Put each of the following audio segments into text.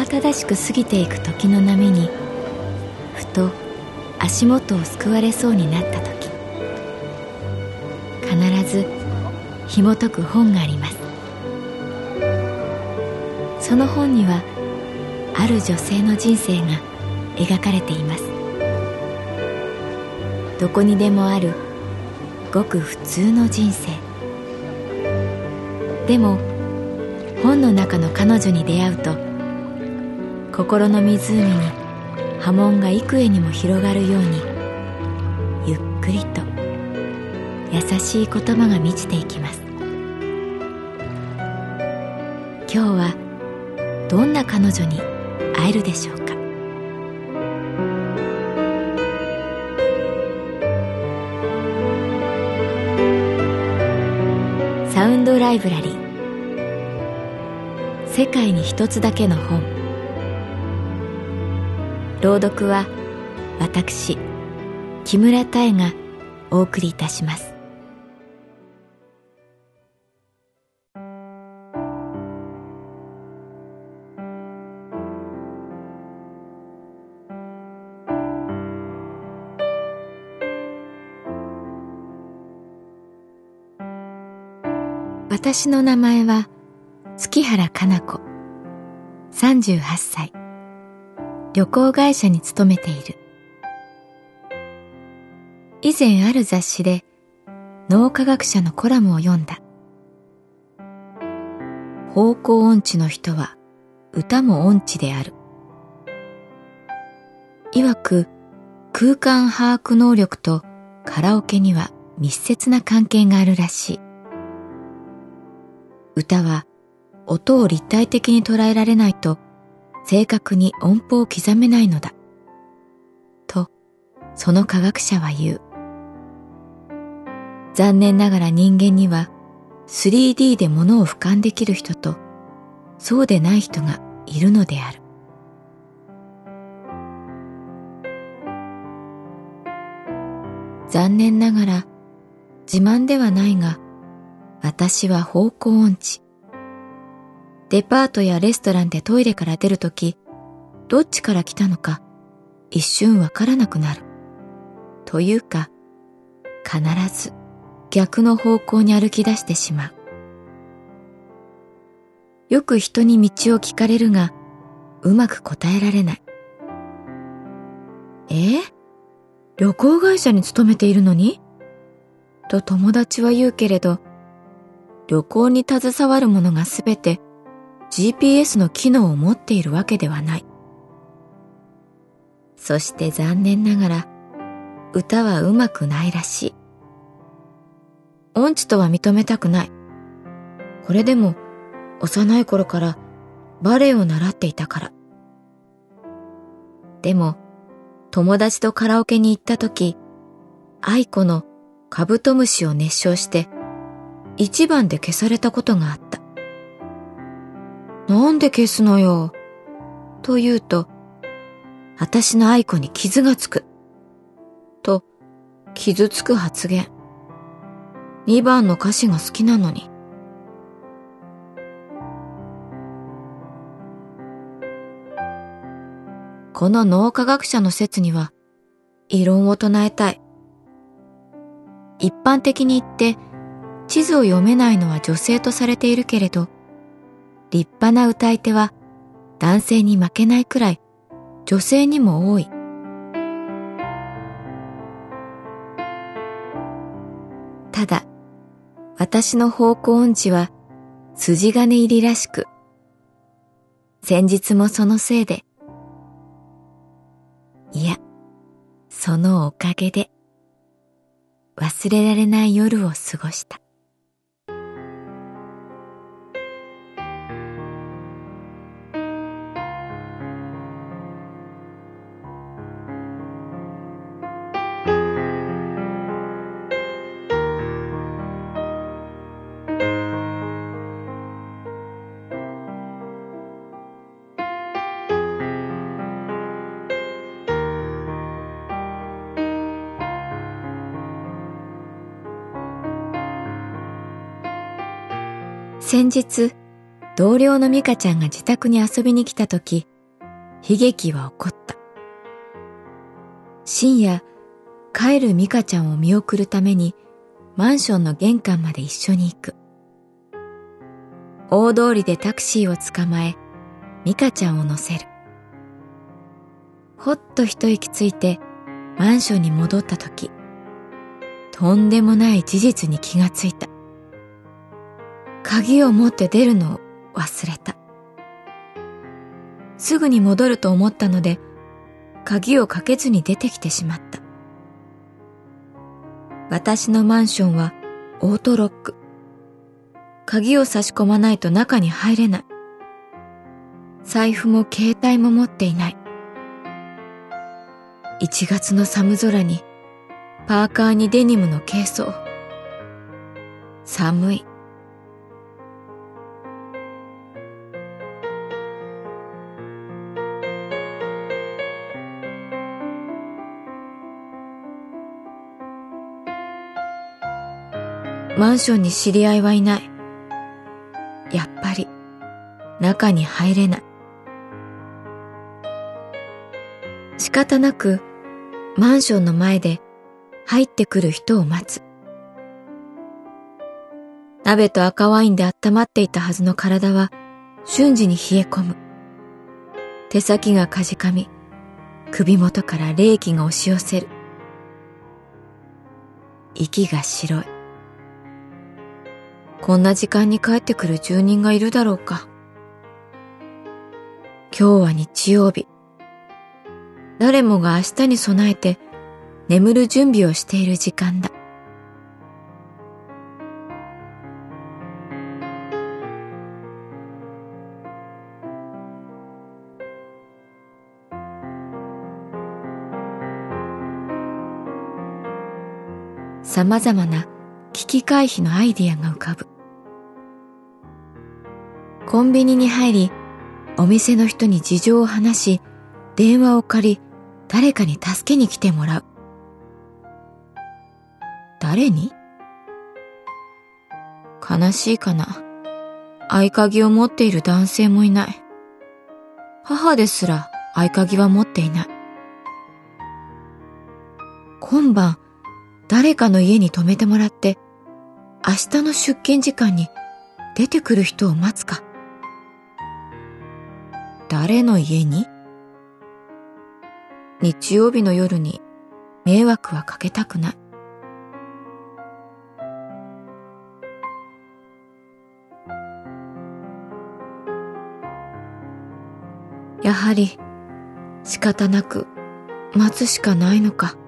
慌ただしく過ぎていく時の波にふと足元をすくわれそうになった時、必ず紐解く本があります。その本にはある女性の人生が描かれています。どこにでもあるごく普通の人生。でも本の中の彼女に出会うと、心の湖に波紋が幾重にも広がるように、ゆっくりと優しい言葉が満ちていきます。今日はどんな彼女に会えるでしょうか。サウンドライブラリー、世界に一つだけの本。朗読は私木村多江がお送りいたします。私の名前は月原加奈子、38歳、旅行会社に勤めている。以前ある雑誌で脳科学者のコラムを読んだ。方向音痴の人は歌も音痴である。曰く空間把握能力とカラオケには密接な関係があるらしい。歌は音を立体的に捉えられないと正確に音符を刻めないのだ。と、その科学者は言う。残念ながら人間には 3D で物を俯瞰できる人とそうでない人がいるのである。残念ながら自慢ではないが、私は方向音痴。デパートやレストランでトイレから出るとき、どっちから来たのか一瞬わからなくなる。というか、必ず逆の方向に歩き出してしまう。よく人に道を聞かれるが、うまく答えられない。旅行会社に勤めているのに？と友達は言うけれど、旅行に携わるものがすべて GPS の機能を持っているわけではない。そして残念ながら歌はうまくないらしい。音痴とは認めたくない。これでも幼い頃からバレエを習っていたから。でも友達とカラオケに行った時、愛子のカブトムシを熱唱して一番で消されたことがあった。なんで消すのよ。と言うと、私の愛子に傷がつく。と、傷つく発言。2番の歌詞が好きなのに。この脳科学者の説には、異論を唱えたい。一般的に言って、地図を読めないのは女性とされているけれど、立派な歌い手は男性に負けないくらい女性にも多い。ただ、私の方向音痴は筋金入りらしく、先日もそのせいで、いや、そのおかげで忘れられない夜を過ごした。先日、同僚の美香ちゃんが自宅に遊びに来たとき、 悲劇は起こった。深夜、帰る美香ちゃんを見送るためにマンションの玄関まで一緒に行く。大通りでタクシーを捕まえ、美香ちゃんを乗せる。ほっと一息ついてマンションに戻ったとき、とんでもない事実に気がついた。鍵を持って出るのを忘れた。すぐに戻ると思ったので、鍵をかけずに出てきてしまった。私のマンションはオートロック。鍵を差し込まないと中に入れない。財布も携帯も持っていない。1月の寒空にパーカーにデニムの軽装。寒い。マンションに知り合いはいない。やっぱり中に入れない。仕方なくマンションの前で入ってくる人を待つ。鍋と赤ワインで温まっていたはずの体は瞬時に冷え込む。手先がかじかみ、首元から冷気が押し寄せる。息が白い。こんな時間に帰ってくる住人がいるだろうか。今日は日曜日。誰もが明日に備えて眠る準備をしている時間だ。さまざまな危機回避のアイディアが浮かぶ。コンビニに入り、お店の人に事情を話し、電話を借り、誰かに助けに来てもらう。誰に？悲しいかな。合鍵を持っている男性もいない。母ですら合鍵は持っていない。今晩、誰かの家に泊めてもらって、明日の出勤時間に出てくる人を待つか。誰の家に？日曜日の夜に迷惑はかけたくない。やはり仕方なく待つしかないのか。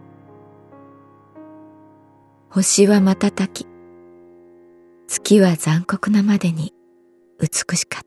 星は瞬き、月は残酷なまでに美しかった。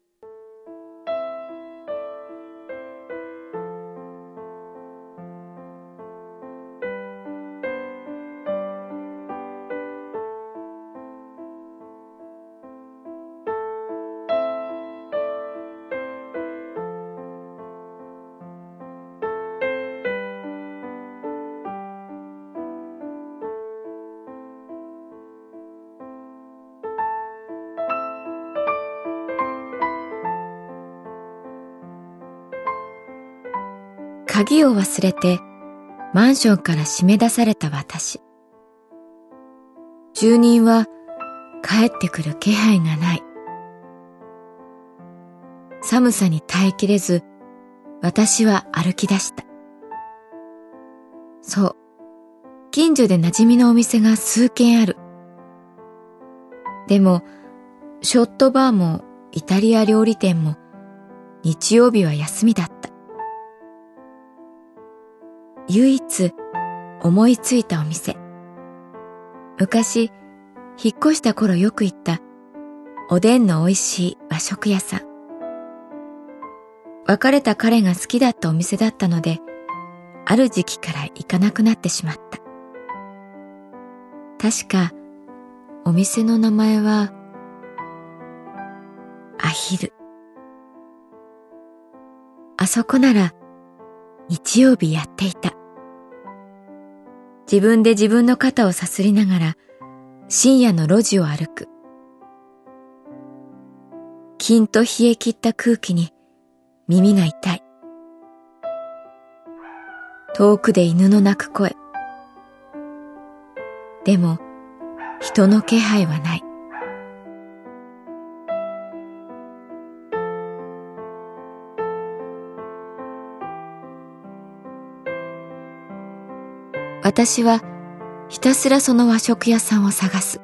鍵を忘れてマンションから締め出された私。住人は帰ってくる気配がない。寒さに耐えきれず、私は歩き出した。そう、近所で馴染みのお店が数軒ある。でも、ショットバーもイタリア料理店も日曜日は休みだった。唯一思いついたお店。昔、引っ越した頃よく行ったおでんの美味しい和食屋さん。別れた彼が好きだったお店だったので、ある時期から行かなくなってしまった。確か、お店の名前は、アヒル。あそこなら、日曜日やっていた。自分で自分の肩をさすりながら深夜の路地を歩く。キンと冷え切った空気に耳が痛い。遠くで犬の鳴く声。でも人の気配はない。私はひたすらその和食屋さんを探す。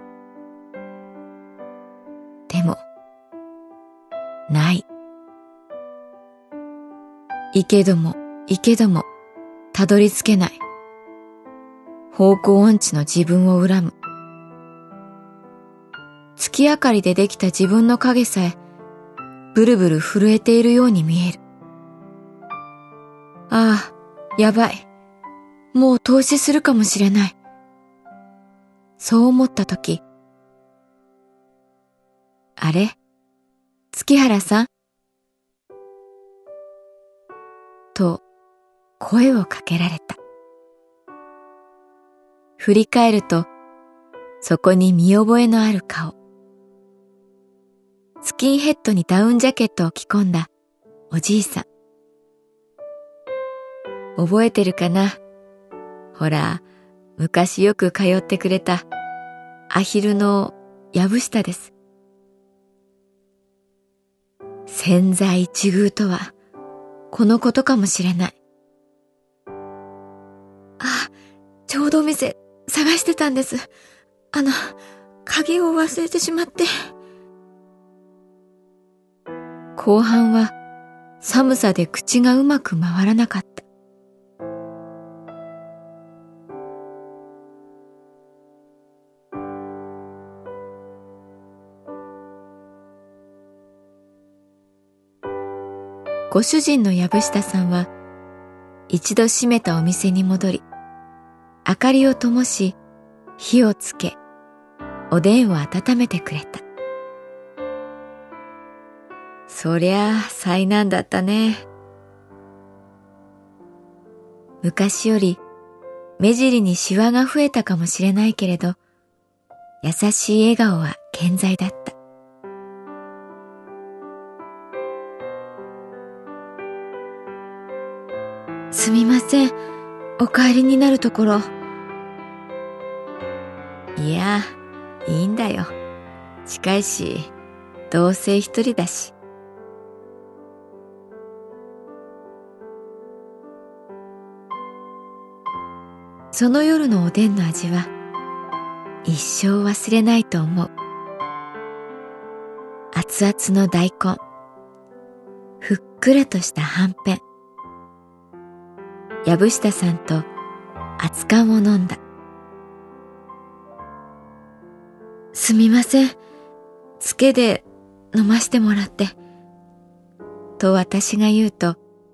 でもない。行けども行けどもたどり着けない。方向音痴の自分を恨む。月明かりでできた自分の影さえブルブル震えているように見える。ああ、やばい。もう凍死するかもしれない。そう思ったとき、あれ？月原さん？と声をかけられた。振り返ると、そこに見覚えのある顔。スキンヘッドにダウンジャケットを着込んだおじいさん。覚えてるかな？ほら、昔よく通ってくれたアヒルの藪下です。千載一遇とはこのことかもしれない。あ、ちょうどお店探してたんです。鍵を忘れてしまって。後半は寒さで口がうまく回らなかった。ご主人の藪下さんは一度閉めたお店に戻り、明かりを灯し火をつけ、おでんを温めてくれた。そりゃあ災難だったね。昔より目尻にシワが増えたかもしれないけれど、優しい笑顔は健在だった。すみません、お帰りになるところ。いや、いいんだよ。近いし、どうせ一人だし。その夜のおでんの味は一生忘れないと思う。熱々の大根、ふっくらとしたはんぺん。藪下さんと熱燗を飲んだ。すみません、つけで飲ましてもらって。と私が言うと、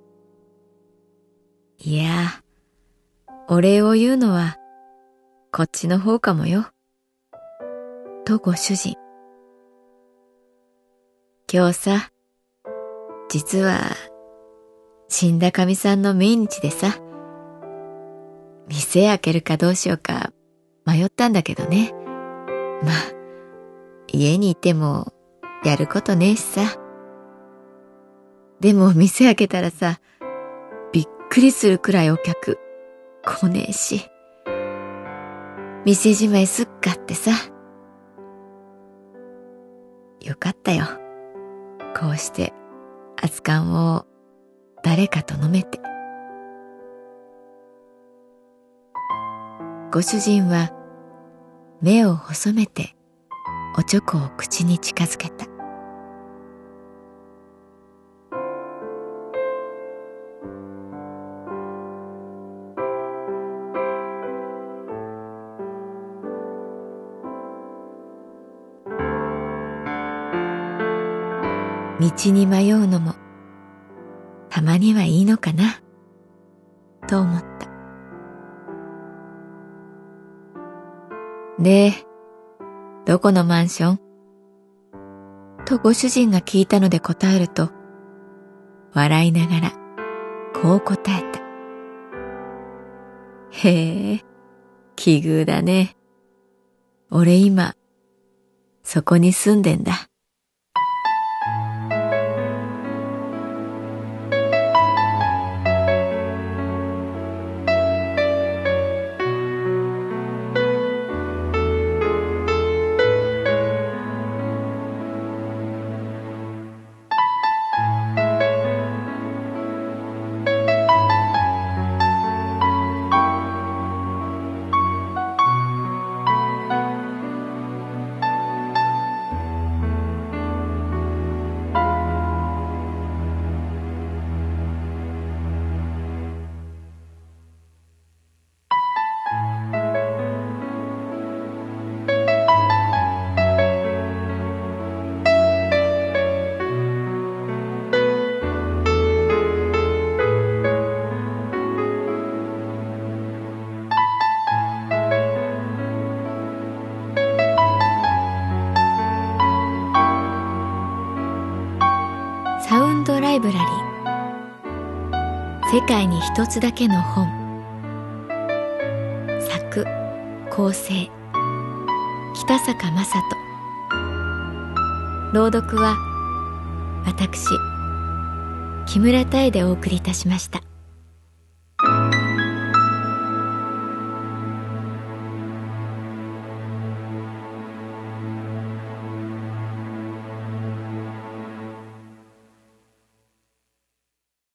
いや、お礼を言うのはこっちの方かもよ。とご主人。今日さ、実は死んだかみさんの命日でさ、店開けるかどうしようか迷ったんだけどね。まあ、家にいてもやることねえしさ。でも店開けたらさ、びっくりするくらいお客来ねえし、店じまいすっかってさ。よかったよ。こうして熱燗を誰かと飲めて。ご主人は目を細めておちょこを口に近づけた。道に迷うのもたまにはいいのかなと思った。で、どこのマンション？とご主人が聞いたので答えると、笑いながらこう答えた。へえ、奇遇だね。俺今そこに住んでんだ。 ウンドライブラリー。世界に一つだけの本。作・構成北坂雅人。朗読は私木村多江でお送りいたしました。